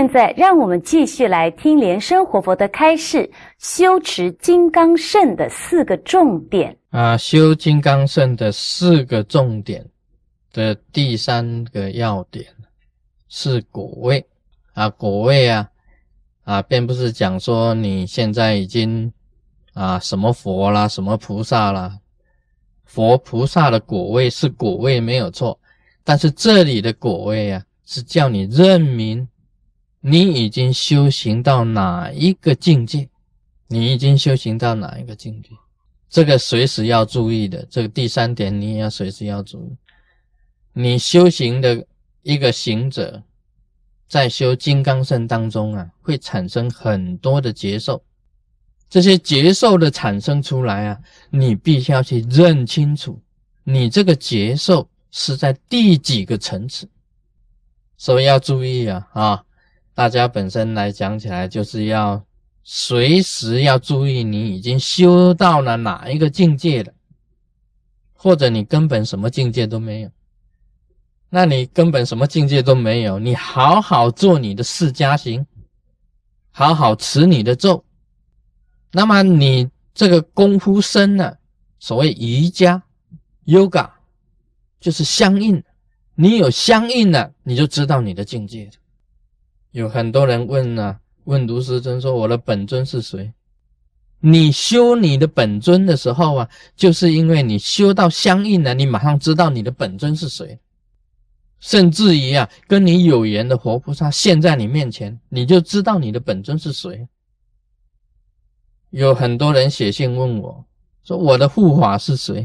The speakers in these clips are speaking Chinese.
在让我们继续来听莲生活佛的开示，修持金刚乘的4个重点。 修金刚乘的4个重点的第3个要点是果位。果位并不是讲说你现在已经什么佛啦，什么菩萨啦。佛菩萨的果位是果位没有错，但是这里的果位是叫你认明你已经修行到哪一个境界，你已经修行到哪一个境界，这个随时要注意的。这个第3点你也要随时要注意。你修行的一个行者在修金刚乘当中会产生很多的结受，这些结受的产生出来你必须要去认清楚你这个结受是在第几个层次。所以要注意大家本身来讲起来就是要随时要注意你已经修到了哪一个境界了，或者你根本什么境界都没有。那你根本什么境界都没有，你好好做你的释迦行，好好持你的咒，那么你这个功夫深所谓瑜伽 yoga 就是相应，你有相应了，你就知道你的境界了。有很多人问卢师尊说，我的本尊是谁？你修你的本尊的时候就是因为你修到相应了，你马上知道你的本尊是谁。甚至于跟你有缘的活菩萨现在你面前，你就知道你的本尊是谁。有很多人写信问我说，我的护法是谁？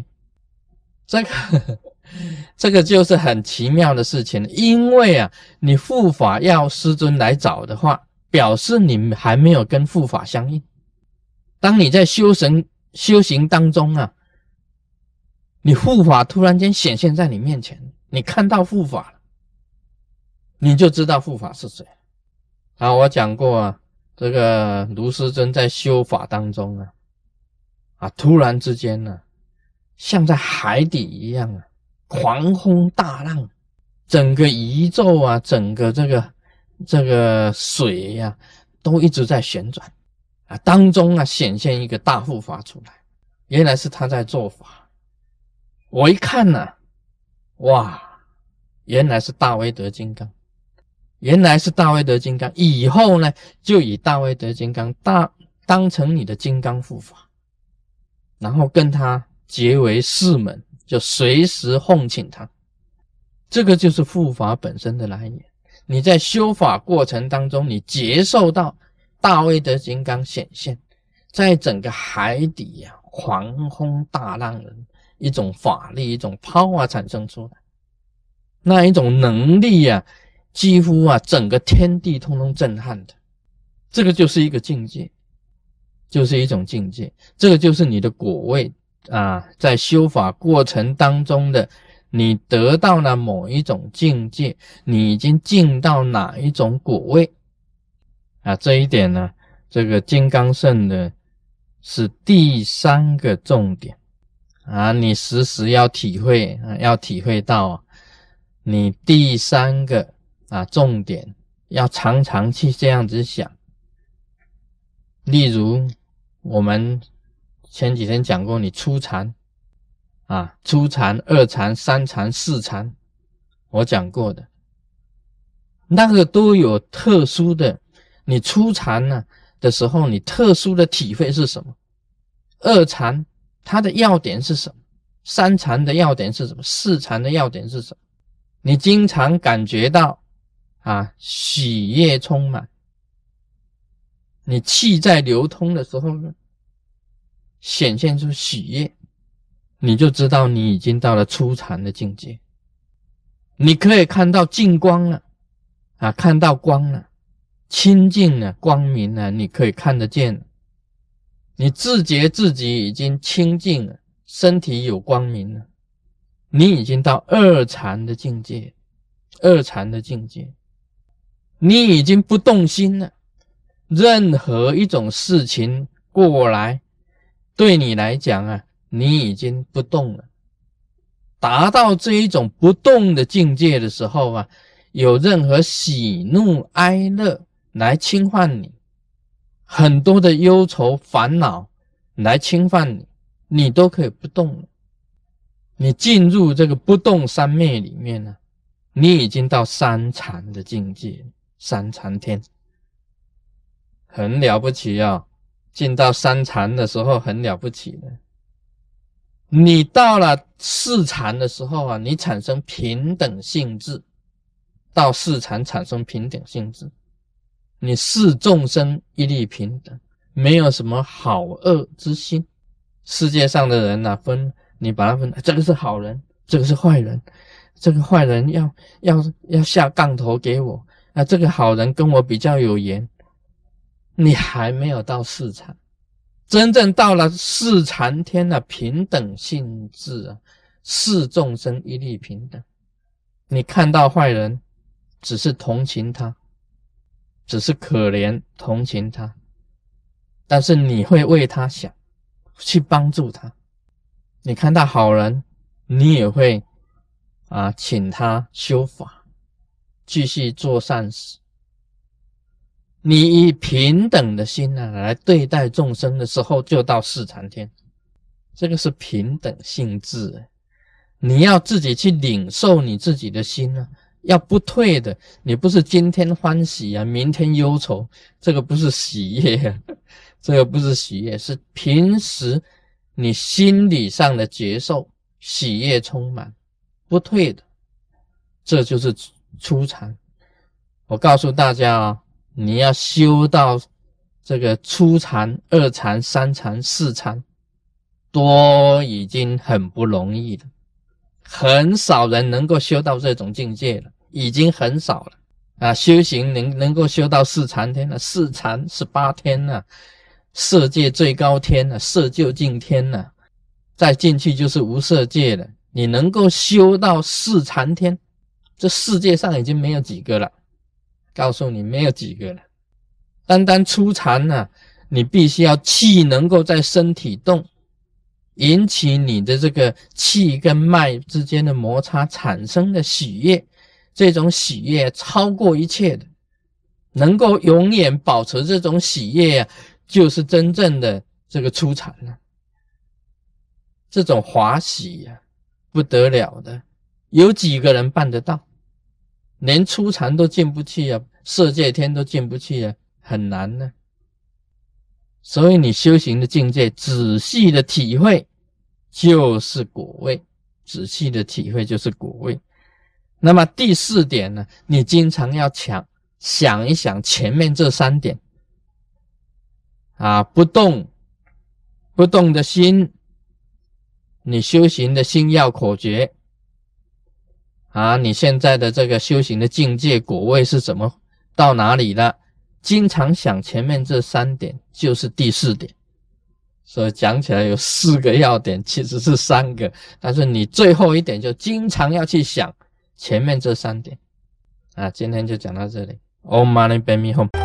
这个就是很奇妙的事情。因为你护法要师尊来找的话，表示你还没有跟护法相应。当你在修行当中你护法突然间显现在你面前，你看到护法了，你就知道护法是谁。我讲过这个卢师尊在修法当中突然之间像在海底一样狂轰大浪，整个宇宙整个这个水都一直在旋转当中显现一个大护法出来，原来是他在做法。我一看哇，原来是大威德金刚，原来是大威德金刚。以后就以大威德金刚当成你的金刚护法，然后跟他结为誓门，就随时奉请他。这个就是护法本身的来源。你在修法过程当中，你接受到大威德金刚显现，在整个海底狂轰大浪的一种法力，一种power产生出来，那一种能力几乎整个天地通通震撼的。这个就是一个境界，就是一种境界。这个就是你的果位在修法过程当中的你得到了某一种境界，你已经进到哪一种果位这一点这个金刚乘的是第3个重点你时时要体会要体会到你第3个重点，要常常去这样子想。例如我们前几天讲过，你初禅初禅、2禅、3禅、4禅，我讲过的那个都有特殊的。你初禅的时候，你特殊的体会是什么？2禅它的要点是什么？3禅的要点是什么？4禅的要点是什么？你经常感觉到喜悦充满，你气在流通的时候显现出喜悦，你就知道你已经到了初禅的境界。你可以看到净光了看到光了，清净了，光明了，你可以看得见了。你自觉自己已经清净了，身体有光明了，你已经到2禅的境界。2禅的境界，你已经不动心了，任何一种事情过来，对你来讲你已经不动了。达到这一种不动的境界的时候有任何喜怒哀乐来侵犯你，很多的忧愁烦恼来侵犯你，你都可以不动了。你进入这个不动三昧里面呢，你已经到三禅的境界，三禅天，很了不起啊！进到三禅的时候很了不起的。你到了四禅的时候啊，你产生平等性质，到四禅产生平等性质，你视众生一律平等，没有什么好恶之心。世界上的人啊，你把它分，这个是好人，这个是坏人，这个坏人要下杠头给我啊，这个好人跟我比较有缘。你还没有到四禅，真正到了四禅天的平等性质啊，视众生一律平等。你看到坏人，只是同情他，只是可怜同情他，但是你会为他想，去帮助他。你看到好人，你也会请他修法，继续做善事。你以平等的心来对待众生的时候，就到四禅天。这个是平等性质，你要自己去领受你自己的心啊，要不退的。你不是今天欢喜啊，明天忧愁，这个不是喜悦啊，这个不是喜悦，是平时你心理上的接受，喜悦充满，不退的，这就是初禅。我告诉大家啊，你要修到这个初禅、二禅、三禅、四禅，都已经很不容易了，很少人能够修到这种境界了，已经很少了修行能够修到四禅天了，四禅18天了，色界最高天了，色究竟天了，再进去就是无色界了。你能够修到四禅天，这世界上已经没有几个了，告诉你没有几个了。单单初禅你必须要气能够在身体动，引起你的这个气跟脉之间的摩擦产生的喜悦，这种喜悦超过一切的，能够永远保持这种喜悦就是真正的这个初禅了。这种华喜不得了的，有几个人办得到？连初禅都进不去色界天都进不去很难呢。所以你修行的境界，仔细的体会就是果位，仔细的体会就是果位。那么第4点呢，你经常要想一想前面这3点不动的心，你修行的心要口诀你现在的这个修行的境界果位是怎么到哪里了？经常想前面这3点就是第4点。所以讲起来有4个要点，其实是3个，但是你最后一点就经常要去想前面这3点今天就讲到这里。Om Mani Padme Hum。